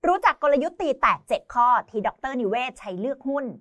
รู้จักกลยุทธ์ตีแตก7ข้อที่ดร.นิเวศน์ใช้เลือกหุ้น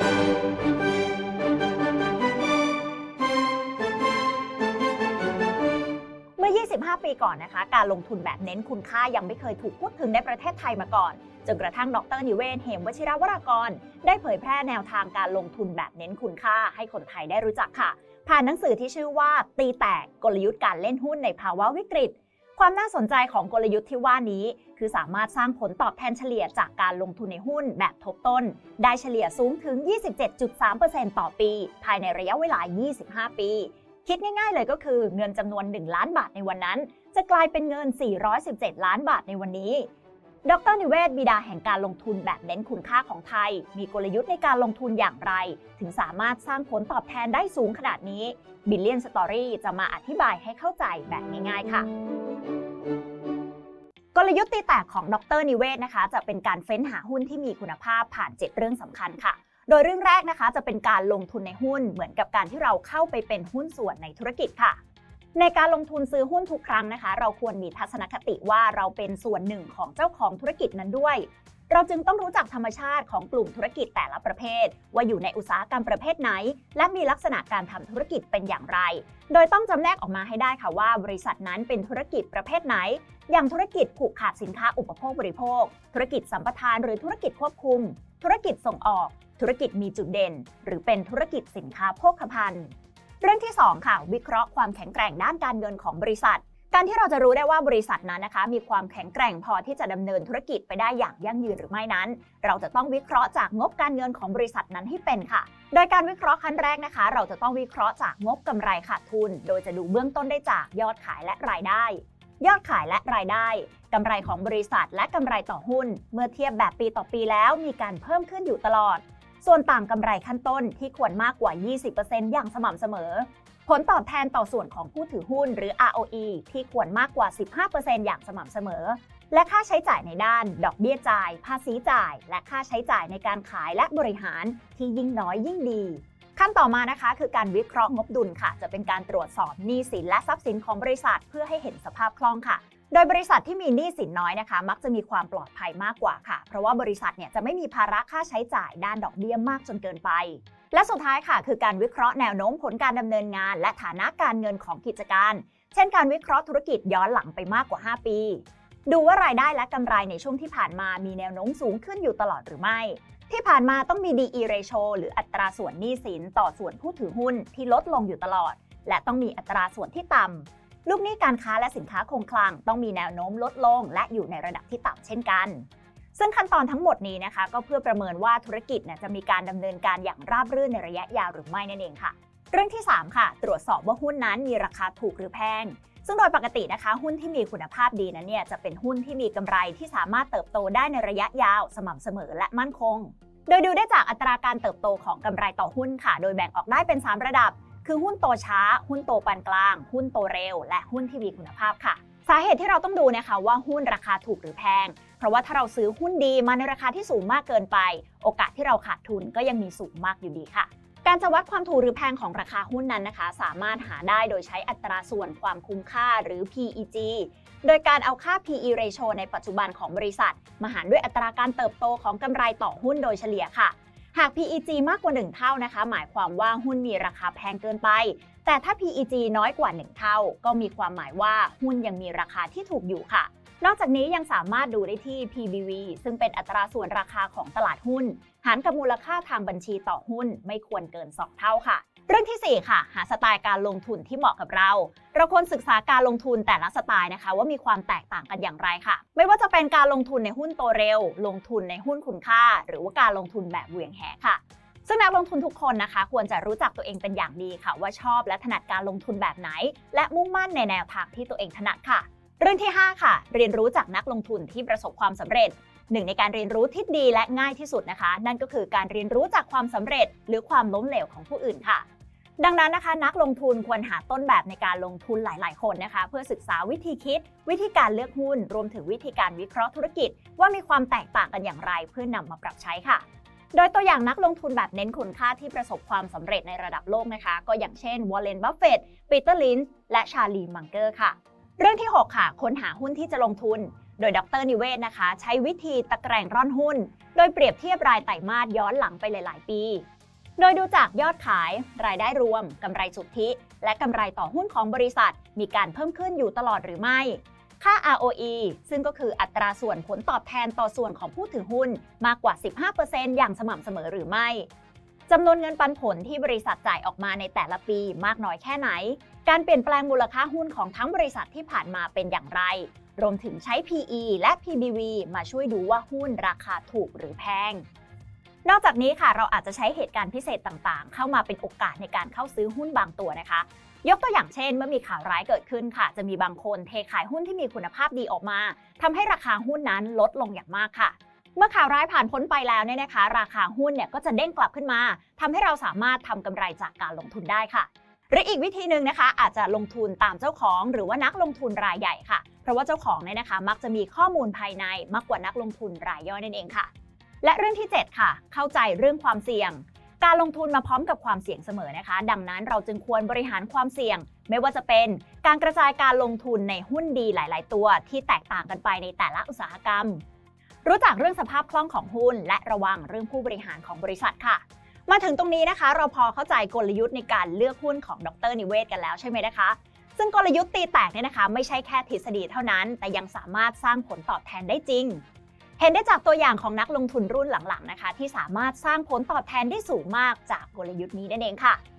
เมื่อ 25 ปีก่อนนะคะการลงทุนแบบเน้นคุณค่ายังไม่เคยถูกพูดถึงในประเทศไทยมาก่อนจนกระทั่งดร.นิเวศน์ เหมวชิรวรากรได้เผยแพร่แนวทางการลงทุนแบบเน้นคุณค่าให้คนไทยได้รู้จักค่ะผ่านหนังสือที่ชื่อว่าตีแตกกลยุทธ์การเล่นหุ้นในภาวะวิกฤตความน่าสนใจของกลยุทธ์ที่ว่านี้คือสามารถสร้างผลตอบแทนเฉลี่ยจากการลงทุนในหุ้นแบบทบต้นได้เฉลี่ยสูงถึง 27.3% ต่อปีภายในระยะเวลา 25 ปีคิดง่ายๆเลยก็คือเงินจำนวน 1 ล้านบาทในวันนั้นจะกลายเป็นเงิน 417 ล้านบาทในวันนี้ดร.นิเวศน์ บิดาแห่งการลงทุนแบบเน้นคุณค่าของไทยมีกลยุทธ์ในการลงทุนอย่างไรถึงสามารถสร้างผลตอบแทนได้สูงขนาดนี้ Billion Story จะมาอธิบายให้เข้าใจแบบง่ายๆค่ะกลยุทธ์ตีแตกของดร.นิเวศน์นะคะจะเป็นการเฟ้นหาหุ้นที่มีคุณภาพผ่าน7เรื่องสำคัญค่ะโดยเรื่องแรกนะคะจะเป็นการลงทุนในหุ้นเหมือนกับการที่เราเข้าไปเป็นหุ้นส่วนในธุรกิจค่ะในการลงทุนซื้อหุ้นทุกครั้งนะคะเราควรมีทัศนคติว่าเราเป็นส่วนหนึ่งของเจ้าของธุรกิจนั้นด้วยเราจึงต้องรู้จักธรรมชาติของกลุ่มธุรกิจแต่ละประเภทว่าอยู่ในอุตสาหกรรมประเภทไหนและมีลักษณะการทำธุรกิจเป็นอย่างไรโดยต้องจำแนกออกมาให้ได้ค่ะว่าบริษัทนั้นเป็นธุรกิจประเภทไหนอย่างธุรกิจผูกขาดสินค้าอุปโภคบริโภคธุรกิจสัมปทานหรือธุรกิจควบคุมธุรกิจส่งออกธุรกิจมีจุดเด่นหรือเป็นธุรกิจสินค้าโภคภัณฑ์เรื่องที่2ค่ะวิเคราะห์ความแข็งแกร่งด้านการเงินของบริษัทการที่เราจะรู้ได้ว่าบริษัทนั้นนะคะมีความแข็งแกร่งพอที่จะดำเนินธุรกิจไปได้อย่างยั่งยืนหรือไม่นั้นเราจะต้องวิเคราะห์จากงบการเงินของบริษัทนั้นให้เป็นค่ะโดยการวิเคราะห์ขั้นแรกนะคะเราจะต้องวิเคราะห์จากงบกำไรขาดทุนโดยจะดูเบื้องต้นได้จากยอดขายและรายได้ยอดขายและรายได้กำไรของบริษัทและกำไรต่อหุ้นเมื่อเทียบแบบปีต่อปีแล้วมีการเพิ่มขึ้นอยู่ตลอดส่วนต่างกำไรขั้นต้นที่ควรมากกว่า 20% อย่างสม่ำเสมอผลตอบแทนต่อส่วนของผู้ถือหุ้นหรือ ROE ที่ควรมากกว่า 15% อย่างสม่ำเสมอและค่าใช้จ่ายในด้านดอกเบี้ยจ่ายภาษีจ่ายและค่าใช้จ่ายในการขายและบริหารที่ยิ่งน้อยยิ่งดีขั้นต่อมานะคะคือการวิเคราะห์งบดุลค่ะจะเป็นการตรวจสอบหนี้สินและทรัพย์สินของบริษัทเพื่อให้เห็นสภาพคล่องค่ะโดยบริษัทที่มีหนี้สินน้อยนะคะมักจะมีความปลอดภัยมากกว่าค่ะเพราะว่าบริษัทเนี่ยจะไม่มีภาระค่าใช้จ่ายด้านดอกเบี้ยมากจนเกินไปและสุดท้ายค่ะคือการวิเคราะห์แนวโน้มผลการดำเนินงานและฐานะการเงินของกิจการเช่นการวิเคราะห์ธุรกิจย้อนหลังไปมากกว่า5ปีดูว่ารายได้และกำไรในช่วงที่ผ่านมามีแนวโน้มสูงขึ้นอยู่ตลอดหรือไม่ที่ผ่านมาต้องมี DE ratio หรืออัตราส่วนหนี้สินต่อส่วนผู้ถือหุ้นที่ลดลงอยู่ตลอดและต้องมีอัตราส่วนที่ต่ำลูกหนี้การค้าและสินค้าคงคลังต้องมีแนวโน้มลดลงและอยู่ในระดับที่ต่ำเช่นกันซึ่งขั้นตอนทั้งหมดนี้นะคะก็เพื่อประเมินว่าธุรกิจจะมีการดำเนินการอย่างราบรื่นในระยะยาวหรือไม่นั่นเองค่ะเรื่องที่3ค่ะตรวจสอบว่าหุ้นนั้นมีราคาถูกหรือแพงซึ่งโดยปกตินะคะหุ้นที่มีคุณภาพดีนั้นเนี่ยจะเป็นหุ้นที่มีกำไรที่สามารถเติบโตได้ในระยะยาวสม่ำเสมอและมั่นคงโดยดูได้จากอัตราการเติบโตของกำไรต่อหุ้นค่ะโดยแบ่งออกได้เป็น3ระดับคือหุ้นโตช้าหุ้นโตปานกลางหุ้นโตเร็วและหุ้นที่มีคุณภาพค่ะสาเหตุที่เราต้องดูนะคะว่าหุ้นราคาถูกหรือแพงเพราะว่าถ้าเราซื้อหุ้นดีมาในราคาที่สูงมากเกินไปโอกาสที่เราขาดทุนก็ยังมีสูงมากอยู่ดีค่ะการจะวัดความถูกหรือแพงของราคาหุ้นนั้นนะคะสามารถหาได้โดยใช้อัตราส่วนความคุ้มค่าหรือ PEG โดยการเอาค่า PE ratio ในปัจจุบันของบริษัทมาหารด้วยอัตราการเติบโตของกำไรต่อหุ้นโดยเฉลี่ยค่ะหาก PEG มากกว่า1เท่านะคะหมายความว่าหุ้นมีราคาแพงเกินไปแต่ถ้า PEG น้อยกว่า1เท่าก็มีความหมายว่าหุ้นยังมีราคาที่ถูกอยู่ค่ะนอกจากนี้ยังสามารถดูได้ที่ PBV ซึ่งเป็นอัตราส่วนราคาของตลาดหุ้นหารกับมูลค่าทางบัญชีต่อหุ้นไม่ควรเกิน2เท่าค่ะเรื่องที่4ค่ะหาสไตล์การลงทุนที่เหมาะกับเราควรศึกษาการลงทุนแต่ละสไตล์นะคะว่ามีความแตกต่างกันอย่างไรค่ะไม่ว่าจะเป็นการลงทุนในหุ้นโตเร็วลงทุนในหุ้นคุณค่าหรือว่าการลงทุนแบบเหวี่ยงแหค่ะซึ่งนักลงทุนทุกคนนะคะควรจะรู้จักตัวเองเป็นอย่างดีค่ะว่าชอบและถนัดการลงทุนแบบไหนและมุ่งมั่นในแนวทางที่ตัวเองถนัดค่ะเรื่องที่5ค่ะเรียนรู้จากนักลงทุนที่ประสบความสำเร็จหนึ่งในการเรียนรู้ที่ดีและง่ายที่สุดนะคะนั่นก็คือการเรียนรู้จากความสำเร็จหรือความล้มเหลวของผู้อื่นค่ะดังนั้นนะคะนักลงทุนควรหาต้นแบบในการลงทุนหลายๆคนนะคะเพื่อศึกษาวิธีคิดวิธีการเลือกหุ้นรวมถึงวิธีการวิเคราะห์ธุรกิจว่ามีความแตกต่างกันอย่างไรเพื่อนำมาปรับใช้ค่ะโดยตัวอย่างนักลงทุนแบบเน้นคุณค่าที่ประสบความสำเร็จในระดับโลกนะคะก็อย่างเช่นวอร์เรน บัฟเฟตต์ ปีเตอร์ ลินช์และชาลี มังเกอร์ค่ะเรื่องที่6ค่ะค้นหาหุ้นที่จะลงทุนโดยดร.นิเวศน์นะคะใช้วิธีตะแกรงร่อนหุ้นโดยเปรียบเทียบรายไตรมาสย้อนหลังไปหลายๆปีโดยดูจากยอดขายรายได้รวมกำไรสุทธิและกำไรต่อหุ้นของบริษัทมีการเพิ่มขึ้นอยู่ตลอดหรือไม่ค่า ROE ซึ่งก็คืออัตราส่วนผลตอบแทนต่อส่วนของผู้ถือหุ้นมากกว่า 15% อย่างสม่ำเสมอหรือไม่จำนวนเงินปันผลที่บริษัทจ่ายออกมาในแต่ละปีมากน้อยแค่ไหนการเปลี่ยนแปลงมูลค่าหุ้นของทั้งบริษัทที่ผ่านมาเป็นอย่างไรรวมถึงใช้ PE และ PBV มาช่วยดูว่าหุ้นราคาถูกหรือแพงนอกจากนี้ค่ะเราอาจจะใช้เหตุการณ์พิเศษต่างๆเข้ามาเป็นโอกาสในการเข้าซื้อหุ้นบางตัวนะคะยกตัวอย่างเช่นเมื่อมีข่าวร้ายเกิดขึ้นค่ะจะมีบางคนเทขายหุ้นที่มีคุณภาพดีออกมาทำให้ราคาหุ้นนั้นลดลงอย่างมากค่ะเมื่อข่าวร้ายผ่านพ้นไปแล้วเนี่ยนะคะราคาหุ้นเนี่ยก็จะเด้งกลับขึ้นมาทำให้เราสามารถทำกำไรจากการลงทุนได้ค่ะหรืออีกวิธีหนึ่งนะคะอาจจะลงทุนตามเจ้าของหรือว่านักลงทุนรายใหญ่ค่ะเพราะว่าเจ้าของเนี่ยนะคะมักจะมีข้อมูลภายในมากกว่านักลงทุนรายย่อยนั่นเองค่ะและเรื่องที่ 7 ค่ะเข้าใจเรื่องความเสี่ยงการลงทุนมาพร้อมกับความเสี่ยงเสมอนะคะดังนั้นเราจึงควรบริหารความเสี่ยงไม่ว่าจะเป็นการกระจายการลงทุนในหุ้นดีหลายๆตัวที่แตกต่างกันไปในแต่ละอุตสาหกรรมรู้จักเรื่องสภาพคล่องของหุ้นและระวังเรื่องผู้บริหารของบริษัทค่ะมาถึงตรงนี้นะคะเราพอเข้าใจกลยุทธ์ในการเลือกหุ้นของดร.นิเวศน์กันแล้วใช่ไหมนะคะซึ่งกลยุทธ์ตีแตกเนี่ยนะคะไม่ใช่แค่ทฤษฎีเท่านั้นแต่ยังสามารถสร้างผลตอบแทนได้จริงเห็นได้จากตัวอย่างของนักลงทุนรุ่นหลังๆนะคะที่สามารถสร้างผลตอบแทนได้สูงมากจากกลยุทธ์นี้นั่นเองค่ะ